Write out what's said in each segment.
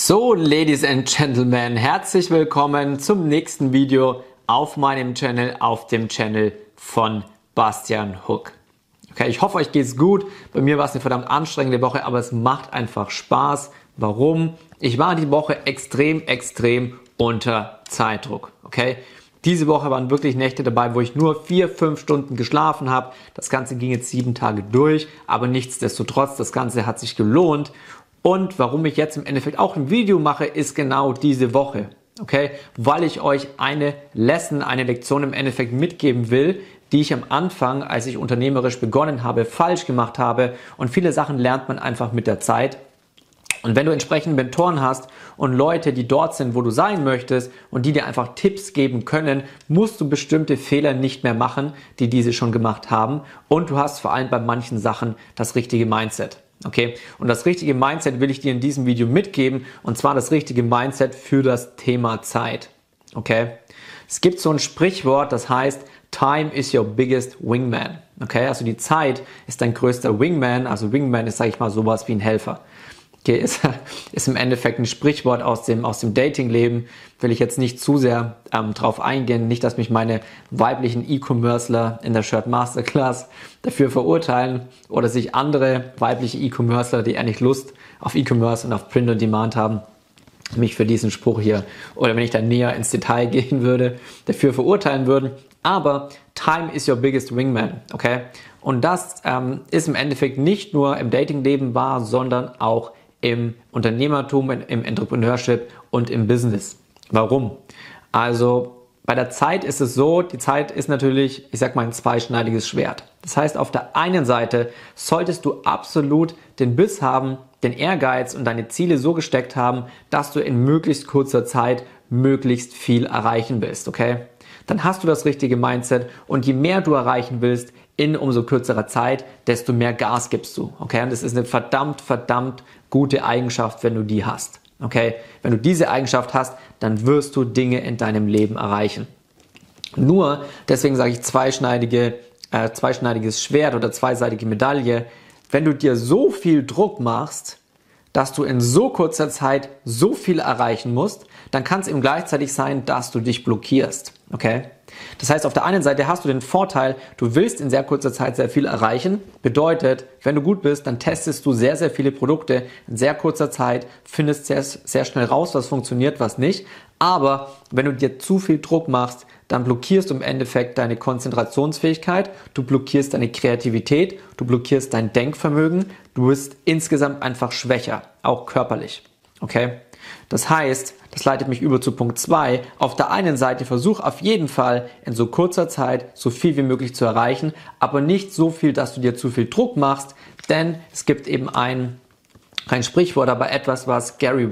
So, Ladies and Gentlemen, herzlich willkommen zum nächsten Video auf meinem Channel, auf dem Channel von Bastian Hook. Okay, ich hoffe, euch geht's gut. Bei mir war es eine verdammt anstrengende Woche, aber es macht einfach Spaß. Warum? Ich war die Woche extrem unter Zeitdruck. Okay, diese Woche waren wirklich Nächte dabei, wo ich nur 4-5 Stunden geschlafen habe. Das Ganze ging jetzt 7 Tage durch, aber nichtsdestotrotz, das Ganze hat sich gelohnt. Und warum ich jetzt im Endeffekt auch ein Video mache, ist genau diese Woche. Okay, weil ich euch eine Lektion im Endeffekt mitgeben will, die ich am Anfang, als ich unternehmerisch begonnen habe, falsch gemacht habe. Und viele Sachen lernt man einfach mit der Zeit. Und wenn du entsprechend Mentoren hast und Leute, die dort sind, wo du sein möchtest und die dir einfach Tipps geben können, musst du bestimmte Fehler nicht mehr machen, die diese schon gemacht haben. Und du hast vor allem bei manchen Sachen das richtige Mindset. Okay, und das richtige Mindset will ich dir in diesem Video mitgeben, und zwar das richtige Mindset für das Thema Zeit. Okay, es gibt so ein Sprichwort, das heißt, Time is your biggest wingman. Okay, also die Zeit ist dein größter Wingman. Also Wingman ist, sage ich mal, sowas wie ein Helfer. Okay, ist im Endeffekt ein Sprichwort aus dem Datingleben. Will ich jetzt nicht zu sehr drauf eingehen. Nicht, dass mich meine weiblichen E-Commercer in der Shirt Masterclass dafür verurteilen oder sich andere weibliche E-Commercer, die eigentlich Lust auf E-Commerce und auf Print on Demand haben, mich für diesen Spruch hier, oder wenn ich da näher ins Detail gehen würde, dafür verurteilen würden. Aber Time is your biggest wingman, okay? Und das ist im Endeffekt nicht nur im Datingleben wahr, sondern auch im Unternehmertum, im Entrepreneurship und im Business. Warum? Also bei der Zeit ist es so, die Zeit ist natürlich, ich sag mal, ein zweischneidiges Schwert. Das heißt, auf der einen Seite solltest du absolut den Biss haben, den Ehrgeiz und deine Ziele so gesteckt haben, dass du in möglichst kurzer Zeit möglichst viel erreichen willst, okay? Dann hast du das richtige Mindset, und je mehr du erreichen willst in umso kürzerer Zeit, desto mehr Gas gibst du, okay? Und das ist eine verdammt gute Eigenschaft, wenn du die hast, okay? Wenn du diese Eigenschaft hast, dann wirst du Dinge in deinem Leben erreichen. Nur, deswegen sage ich zweischneidiges Schwert oder zweiseitige Medaille, wenn du dir so viel Druck machst, dass du in so kurzer Zeit so viel erreichen musst, dann kann es eben gleichzeitig sein, dass du dich blockierst. Okay? Das heißt, auf der einen Seite hast du den Vorteil, du willst in sehr kurzer Zeit sehr viel erreichen. Bedeutet, wenn du gut bist, dann testest du sehr viele Produkte in sehr kurzer Zeit, findest sehr schnell raus, was funktioniert, was nicht. Aber wenn du dir zu viel Druck machst, dann blockierst du im Endeffekt deine Konzentrationsfähigkeit, du blockierst deine Kreativität, du blockierst dein Denkvermögen, du bist insgesamt einfach schwächer, auch körperlich. Okay? Das heißt, das leitet mich über zu Punkt 2. Auf der einen Seite versuch auf jeden Fall in so kurzer Zeit so viel wie möglich zu erreichen, aber nicht so viel, dass du dir zu viel Druck machst, denn es gibt eben kein Sprichwort, aber etwas, was Gary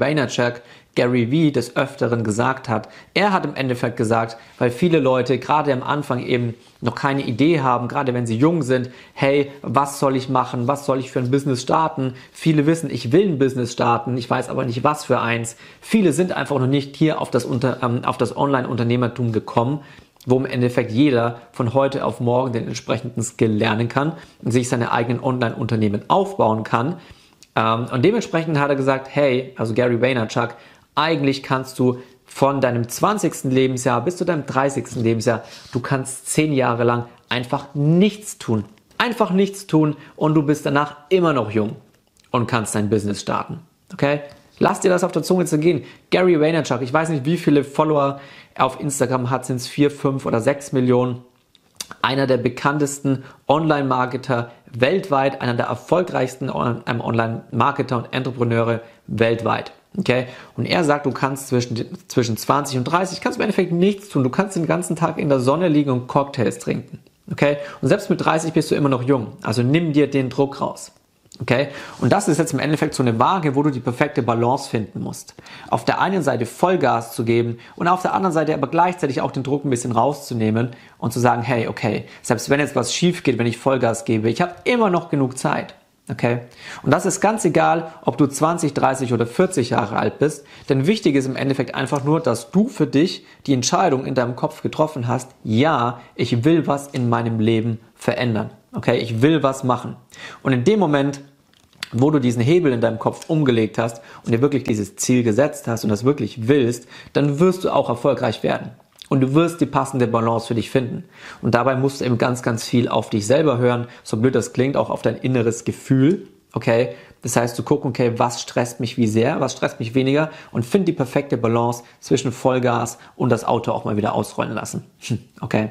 V des Öfteren gesagt hat. Er hat im Endeffekt gesagt, weil viele Leute gerade am Anfang eben noch keine Idee haben, gerade wenn sie jung sind, hey, was soll ich machen, was soll ich für ein Business starten? Viele wissen, ich will ein Business starten, ich weiß aber nicht, was für eins. Viele sind einfach noch nicht hier auf das Online-Unternehmertum gekommen, wo im Endeffekt jeder von heute auf morgen den entsprechenden Skill lernen kann und sich seine eigenen Online-Unternehmen aufbauen kann. Und dementsprechend hat er gesagt, hey, also Gary Vaynerchuk, eigentlich kannst du von deinem 20. Lebensjahr bis zu deinem 30. Lebensjahr, du kannst 10 Jahre lang einfach nichts tun. Einfach nichts tun, und du bist danach immer noch jung und kannst dein Business starten. Okay? Lass dir das auf der Zunge zu gehen. Gary Vaynerchuk, ich weiß nicht, wie viele Follower er auf Instagram hat, sind es 4, 5 oder 6 Millionen. Einer der bekanntesten Online-Marketer weltweit, einer der erfolgreichsten Online-Marketer und Entrepreneure weltweit. Okay? Und er sagt, du kannst zwischen 20 und 30, kannst im Endeffekt nichts tun. Du kannst den ganzen Tag in der Sonne liegen und Cocktails trinken. Okay? Und selbst mit 30 bist du immer noch jung. Also nimm dir den Druck raus. Okay? Und das ist jetzt im Endeffekt so eine Waage, wo du die perfekte Balance finden musst. Auf der einen Seite Vollgas zu geben und auf der anderen Seite aber gleichzeitig auch den Druck ein bisschen rauszunehmen und zu sagen, hey, okay, selbst wenn jetzt was schief geht, wenn ich Vollgas gebe, ich habe immer noch genug Zeit. Okay? Und das ist ganz egal, ob du 20, 30 oder 40 Jahre alt bist, denn wichtig ist im Endeffekt einfach nur, dass du für dich die Entscheidung in deinem Kopf getroffen hast, ja, ich will was in meinem Leben verändern. Okay? Ich will was machen. Und in dem Moment wo du diesen Hebel in deinem Kopf umgelegt hast und dir wirklich dieses Ziel gesetzt hast und das wirklich willst, dann wirst du auch erfolgreich werden. Und du wirst die passende Balance für dich finden. Und dabei musst du eben ganz, ganz viel auf dich selber hören, so blöd das klingt, auch auf dein inneres Gefühl. Okay? Das heißt, du guckst, okay, was stresst mich wie sehr, was stresst mich weniger und find die perfekte Balance zwischen Vollgas und das Auto auch mal wieder ausrollen lassen. Okay?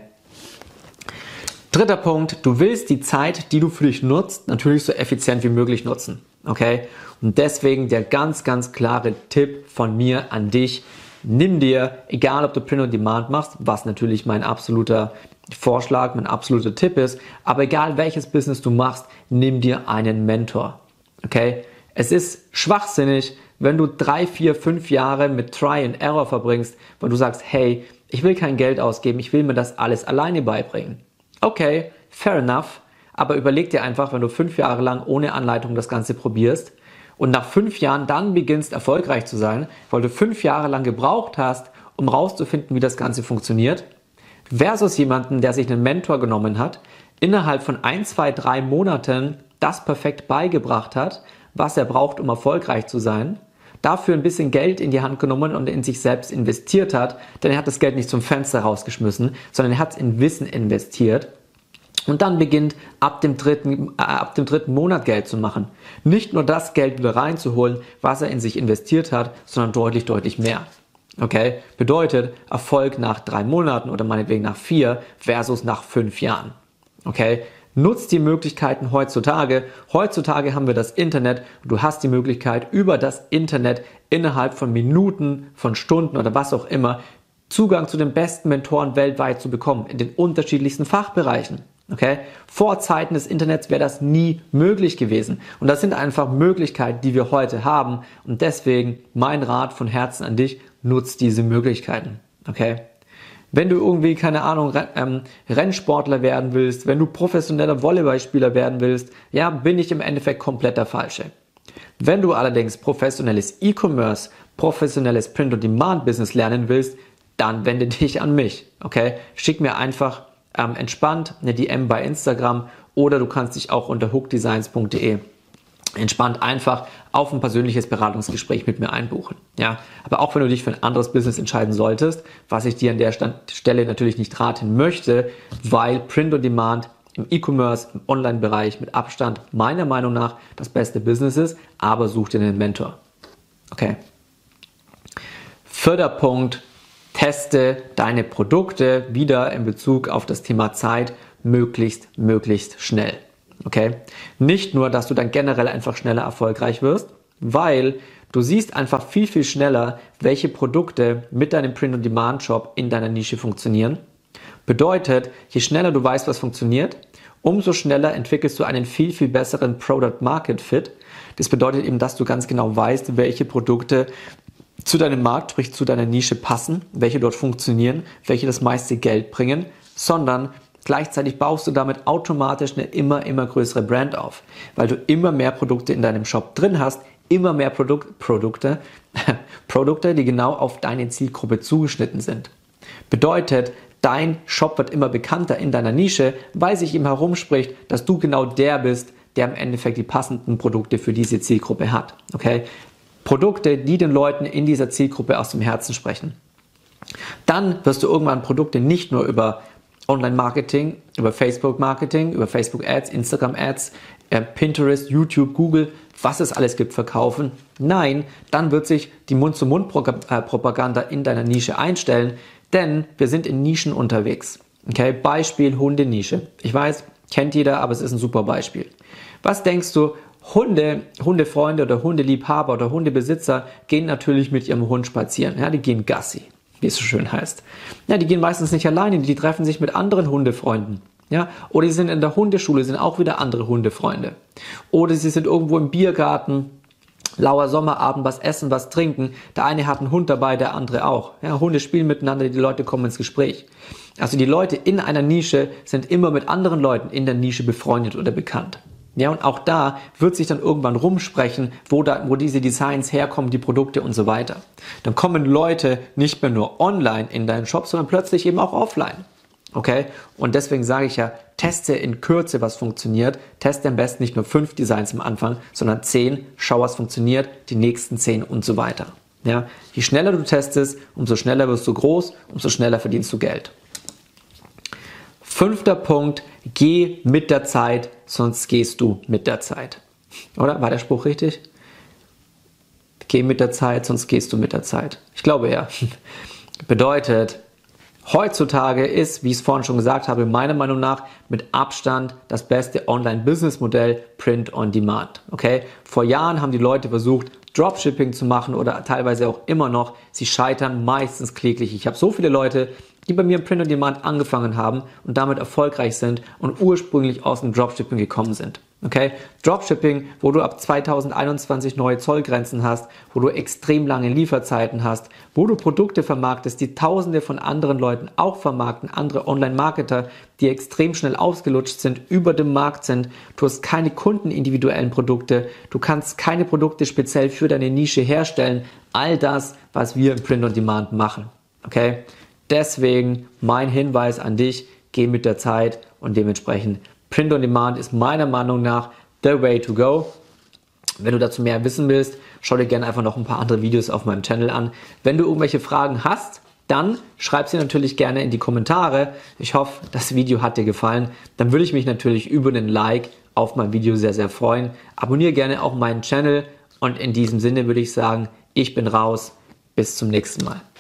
Dritter Punkt, du willst die Zeit, die du für dich nutzt, natürlich so effizient wie möglich nutzen. Okay? Und deswegen der ganz, ganz klare Tipp von mir an dich. Nimm dir, egal ob du Print on Demand machst, was natürlich mein absoluter Vorschlag, mein absoluter Tipp ist, aber egal welches Business du machst, nimm dir einen Mentor. Okay? Es ist schwachsinnig, wenn du 3, 4, 5 Jahre mit Try and Error verbringst, weil du sagst, hey, ich will kein Geld ausgeben, ich will mir das alles alleine beibringen. Okay, fair enough, aber überleg dir einfach, wenn du 5 Jahre lang ohne Anleitung das Ganze probierst und nach 5 Jahren dann beginnst erfolgreich zu sein, weil du 5 Jahre lang gebraucht hast, um rauszufinden, wie das Ganze funktioniert, versus jemanden, der sich einen Mentor genommen hat, innerhalb von 1, 2, 3 Monaten das perfekt beigebracht hat, was er braucht, um erfolgreich zu sein, dafür ein bisschen Geld in die Hand genommen und in sich selbst investiert hat, denn er hat das Geld nicht zum Fenster rausgeschmissen, sondern er hat es in Wissen investiert und dann beginnt ab dem dritten Monat Geld zu machen. Nicht nur das Geld wieder reinzuholen, was er in sich investiert hat, sondern deutlich, deutlich mehr. Okay? Bedeutet Erfolg nach 3 Monaten oder meinetwegen nach 4 versus nach 5 Jahren. Okay? Nutzt die Möglichkeiten heutzutage. Heutzutage haben wir das Internet und du hast die Möglichkeit, über das Internet innerhalb von Minuten, von Stunden oder was auch immer, Zugang zu den besten Mentoren weltweit zu bekommen, in den unterschiedlichsten Fachbereichen. Okay? Vor Zeiten des Internets wäre das nie möglich gewesen. Und das sind einfach Möglichkeiten, die wir heute haben. Und deswegen mein Rat von Herzen an dich, nutzt diese Möglichkeiten. Okay? Wenn du irgendwie, keine Ahnung, Rennsportler werden willst, wenn du professioneller Volleyballspieler werden willst, ja, bin ich im Endeffekt komplett der Falsche. Wenn du allerdings professionelles E-Commerce, professionelles Print-on-Demand-Business lernen willst, dann wende dich an mich. Okay? Schick mir einfach entspannt eine DM bei Instagram oder du kannst dich auch unter hookdesigns.de entspannt einfach auf ein persönliches Beratungsgespräch mit mir einbuchen. Ja, aber auch wenn du dich für ein anderes Business entscheiden solltest, was ich dir an der Stelle natürlich nicht raten möchte, weil Print on Demand im E-Commerce, im Online-Bereich mit Abstand meiner Meinung nach das beste Business ist, aber such dir einen Mentor. Okay. Vierter Punkt, teste deine Produkte wieder in Bezug auf das Thema Zeit möglichst schnell. Okay? Nicht nur, dass du dann generell einfach schneller erfolgreich wirst, weil du siehst einfach viel schneller, welche Produkte mit deinem Print-on-Demand-Shop in deiner Nische funktionieren. Bedeutet, je schneller du weißt, was funktioniert, umso schneller entwickelst du einen viel besseren Product-Market-Fit. Das bedeutet eben, dass du ganz genau weißt, welche Produkte zu deinem Markt, sprich zu deiner Nische passen, welche dort funktionieren, welche das meiste Geld bringen, sondern gleichzeitig baust du damit automatisch eine immer größere Brand auf, weil du immer mehr Produkte in deinem Shop drin hast, immer mehr Produkte, die genau auf deine Zielgruppe zugeschnitten sind. Bedeutet, dein Shop wird immer bekannter in deiner Nische, weil sich ihm herumspricht, dass du genau der bist, der im Endeffekt die passenden Produkte für diese Zielgruppe hat. Okay? Produkte, die den Leuten in dieser Zielgruppe aus dem Herzen sprechen. Dann wirst du irgendwann Produkte nicht nur über Online-Marketing, über Facebook-Marketing, über Facebook-Ads, Instagram-Ads, Pinterest, YouTube, Google, was es alles gibt, verkaufen. Nein, dann wird sich die Mund-zu-Mund-Propaganda in deiner Nische einstellen, denn wir sind in Nischen unterwegs. Okay? Beispiel Hundenische. Ich weiß, kennt jeder, aber es ist ein super Beispiel. Was denkst du, Hundefreunde oder Hundeliebhaber oder Hundebesitzer gehen natürlich mit ihrem Hund spazieren. Ja, die gehen Gassi, wie es so schön heißt. Ja, die gehen meistens nicht alleine, die treffen sich mit anderen Hundefreunden. Ja, oder die sind in der Hundeschule, sind auch wieder andere Hundefreunde. Oder sie sind irgendwo im Biergarten, lauer Sommerabend, was essen, was trinken. Der eine hat einen Hund dabei, der andere auch. Ja, Hunde spielen miteinander, die Leute kommen ins Gespräch. Also die Leute in einer Nische sind immer mit anderen Leuten in der Nische befreundet oder bekannt. Ja, und auch da wird sich dann irgendwann rumsprechen, wo diese Designs herkommen, die Produkte und so weiter. Dann kommen Leute nicht mehr nur online in deinen Shop, sondern plötzlich eben auch offline. Okay? Und deswegen sage ich ja, teste in Kürze, was funktioniert. Teste am besten nicht nur 5 Designs am Anfang, sondern 10. Schau, was funktioniert, die nächsten 10 und so weiter. Ja? Je schneller du testest, umso schneller wirst du groß, umso schneller verdienst du Geld. 5. Punkt, geh mit der Zeit, sonst gehst du mit der Zeit. Oder? War der Spruch richtig? Geh mit der Zeit, sonst gehst du mit der Zeit. Ich glaube ja. Bedeutet, heutzutage ist, wie ich es vorhin schon gesagt habe, meiner Meinung nach mit Abstand das beste Online-Business-Modell Print on Demand. Okay? Vor Jahren haben die Leute versucht, Dropshipping zu machen oder teilweise auch immer noch. Sie scheitern meistens kläglich. Ich habe so viele Leute, die bei mir im Print on Demand angefangen haben und damit erfolgreich sind und ursprünglich aus dem Dropshipping gekommen sind. Okay? Dropshipping, wo du ab 2021 neue Zollgrenzen hast, wo du extrem lange Lieferzeiten hast, wo du Produkte vermarktest, die Tausende von anderen Leuten auch vermarkten, andere Online-Marketer, die extrem schnell ausgelutscht sind, über dem Markt sind. Du hast keine kundenindividuellen Produkte, du kannst keine Produkte speziell für deine Nische herstellen. All das, was wir im Print on Demand machen. Okay? Deswegen mein Hinweis an dich, geh mit der Zeit und dementsprechend Print on Demand ist meiner Meinung nach the way to go. Wenn du dazu mehr wissen willst, schau dir gerne einfach noch ein paar andere Videos auf meinem Channel an. Wenn du irgendwelche Fragen hast, dann schreib sie natürlich gerne in die Kommentare. Ich hoffe, das Video hat dir gefallen. Dann würde ich mich natürlich über einen Like auf mein Video sehr, sehr freuen. Abonniere gerne auch meinen Channel und in diesem Sinne würde ich sagen, ich bin raus. Bis zum nächsten Mal.